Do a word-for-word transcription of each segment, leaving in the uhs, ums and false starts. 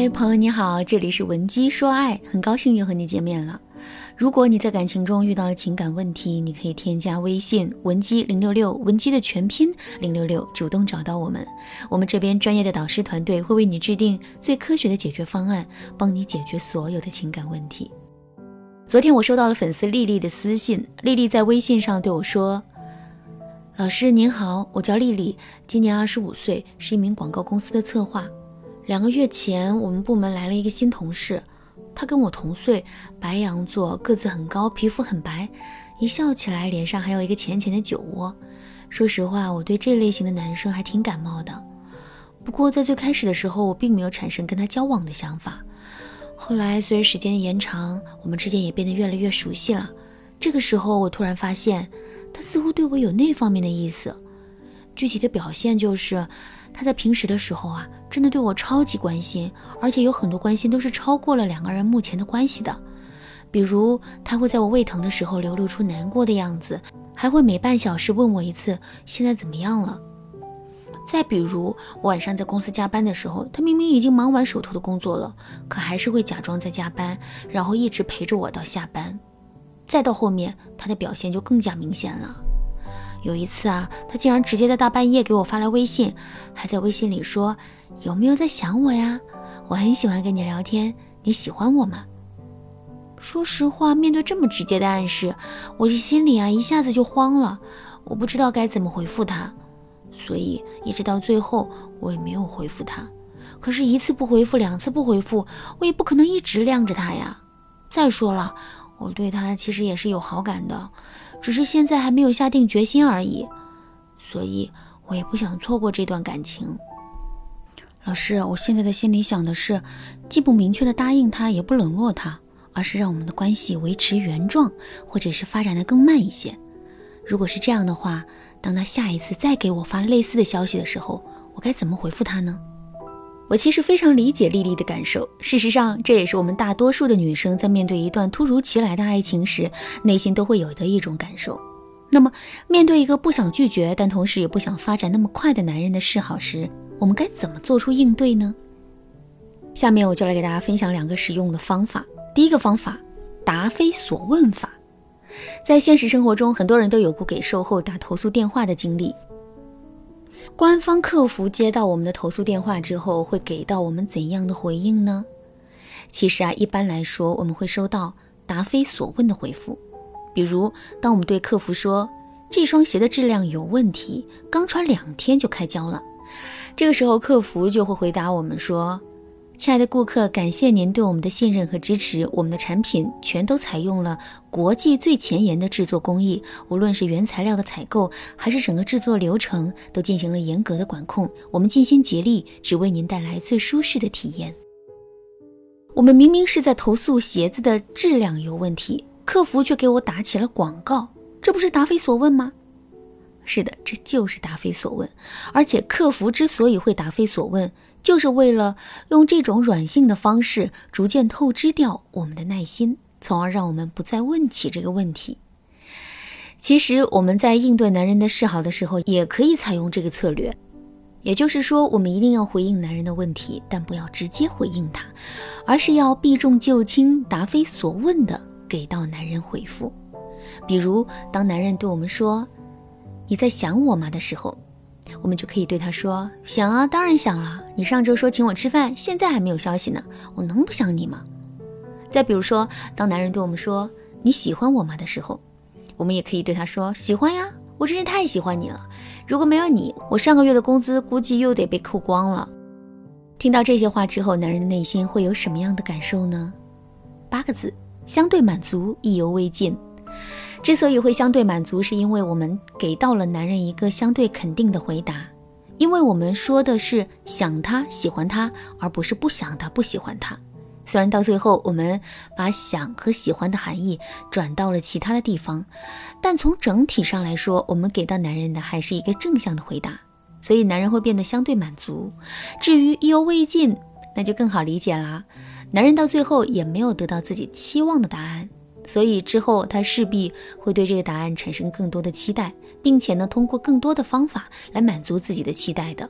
嗨，朋友你好，这里是文姬说爱，很高兴又和你见面了。如果你在感情中遇到了情感问题，你可以添加微信文姬零六六，文姬的全拼零六六，主动找到我们。我们这边专业的导师团队会为你制定最科学的解决方案，帮你解决所有的情感问题。昨天我收到了粉丝丽丽的私信，丽丽在微信上对我说：老师您好，我叫丽丽，今年二十五岁，是一名广告公司的策划。两个月前我们部门来了一个新同事，他跟我同岁，白羊座，个子很高，皮肤很白，一笑起来脸上还有一个浅浅的酒窝。说实话，我对这类型的男生还挺感冒的。不过在最开始的时候，我并没有产生跟他交往的想法。后来随着时间的延长，我们之间也变得越来越熟悉了。这个时候我突然发现，他似乎对我有那方面的意思。具体的表现就是他在平时的时候啊，真的对我超级关心，而且有很多关心都是超过了两个人目前的关系的。比如他会在我胃疼的时候流露出难过的样子，还会每半小时问我一次现在怎么样了。再比如我晚上在公司加班的时候，他明明已经忙完手头的工作了，可还是会假装在加班，然后一直陪着我到下班。再到后面，他的表现就更加明显了。有一次啊，他竟然直接在大半夜给我发来微信，还在微信里说：有没有在想我呀？我很喜欢跟你聊天，你喜欢我吗？说实话，面对这么直接的暗示，我心里啊一下子就慌了，我不知道该怎么回复他，所以一直到最后我也没有回复他。可是一次不回复，两次不回复，我也不可能一直晾着他呀。再说了，我对他其实也是有好感的，只是现在还没有下定决心而已，所以我也不想错过这段感情。老师，我现在的心里想的是，既不明确的答应他，也不冷落他，而是让我们的关系维持原状，或者是发展的更慢一些。如果是这样的话，当他下一次再给我发类似的消息的时候，我该怎么回复他呢？我其实非常理解丽丽的感受，事实上这也是我们大多数的女生在面对一段突如其来的爱情时，内心都会有的一种感受。那么面对一个不想拒绝但同时也不想发展那么快的男人的示好时，我们该怎么做出应对呢？下面我就来给大家分享两个实用的方法。第一个方法，答非所问法。在现实生活中，很多人都有过给售后打投诉电话的经历。官方客服接到我们的投诉电话之后，会给到我们怎样的回应呢？其实啊，一般来说我们会收到答非所问的回复。比如当我们对客服说，这双鞋的质量有问题，刚穿两天就开胶了，这个时候客服就会回答我们说，亲爱的顾客，感谢您对我们的信任和支持，我们的产品全都采用了国际最前沿的制作工艺，无论是原材料的采购还是整个制作流程都进行了严格的管控，我们尽心竭力，只为您带来最舒适的体验。我们明明是在投诉鞋子的质量有问题，客服却给我打起了广告，这不是答非所问吗？是的，这就是答非所问。而且客服之所以会答非所问，就是为了用这种软性的方式逐渐透支掉我们的耐心，从而让我们不再问起这个问题。其实我们在应对男人的示好的时候，也可以采用这个策略。也就是说，我们一定要回应男人的问题，但不要直接回应他，而是要避重就轻，答非所问的给到男人回复。比如当男人对我们说，你在想我吗的时候，我们就可以对他说，想啊，当然想了，你上周说请我吃饭，现在还没有消息呢，我能不想你吗？再比如说，当男人对我们说，你喜欢我吗的时候，我们也可以对他说，喜欢呀，我真是太喜欢你了，如果没有你，我上个月的工资估计又得被扣光了。听到这些话之后，男人的内心会有什么样的感受呢？八个字，相对满足，意犹未尽。之所以会相对满足，是因为我们给到了男人一个相对肯定的回答，因为我们说的是想他喜欢他，而不是不想他不喜欢他。虽然到最后我们把想和喜欢的含义转到了其他的地方，但从整体上来说，我们给到男人的还是一个正向的回答，所以男人会变得相对满足。至于意犹未尽，那就更好理解啦，男人到最后也没有得到自己期望的答案，所以之后他势必会对这个答案产生更多的期待，并且呢，通过更多的方法来满足自己的期待的。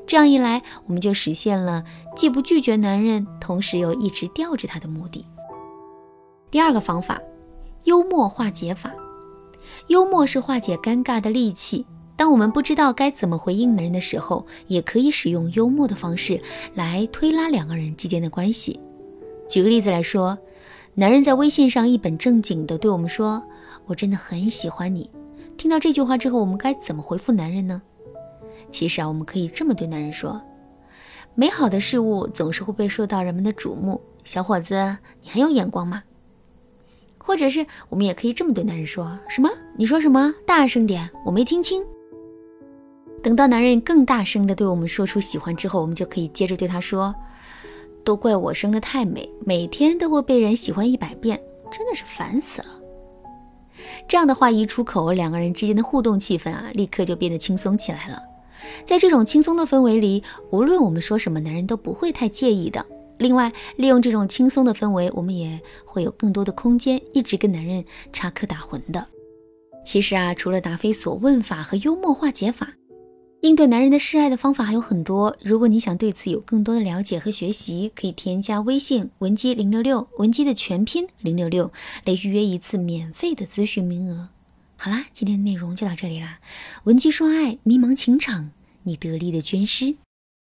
这样一来，我们就实现了既不拒绝男人，同时又一直吊着他的目的。第二个方法，幽默化解法。幽默是化解尴尬的利器。当我们不知道该怎么回应男人的时候，也可以使用幽默的方式来推拉两个人之间的关系。举个例子来说，男人在微信上一本正经地对我们说，我真的很喜欢你。听到这句话之后，我们该怎么回复男人呢？其实啊，我们可以这么对男人说，美好的事物总是会被受到人们的瞩目，小伙子，你很有眼光嘛。或者是我们也可以这么对男人说，什么？你说什么？大声点，我没听清。等到男人更大声地对我们说出喜欢之后，我们就可以接着对他说，都怪我生得太美，每天都会被人喜欢一百遍，真的是烦死了。这样的话一出口，两个人之间的互动气氛啊，立刻就变得轻松起来了。在这种轻松的氛围里，无论我们说什么，男人都不会太介意的。另外，利用这种轻松的氛围，我们也会有更多的空间一直跟男人插科打诨的。其实啊，除了答非所问法和幽默化解法，应对男人的示爱的方法还有很多。如果你想对此有更多的了解和学习，可以添加微信文姬零六六，文姬的全拼零六六，来预约一次免费的咨询名额。好啦，今天的内容就到这里啦。文姬说爱，迷茫情场，你得力的军师。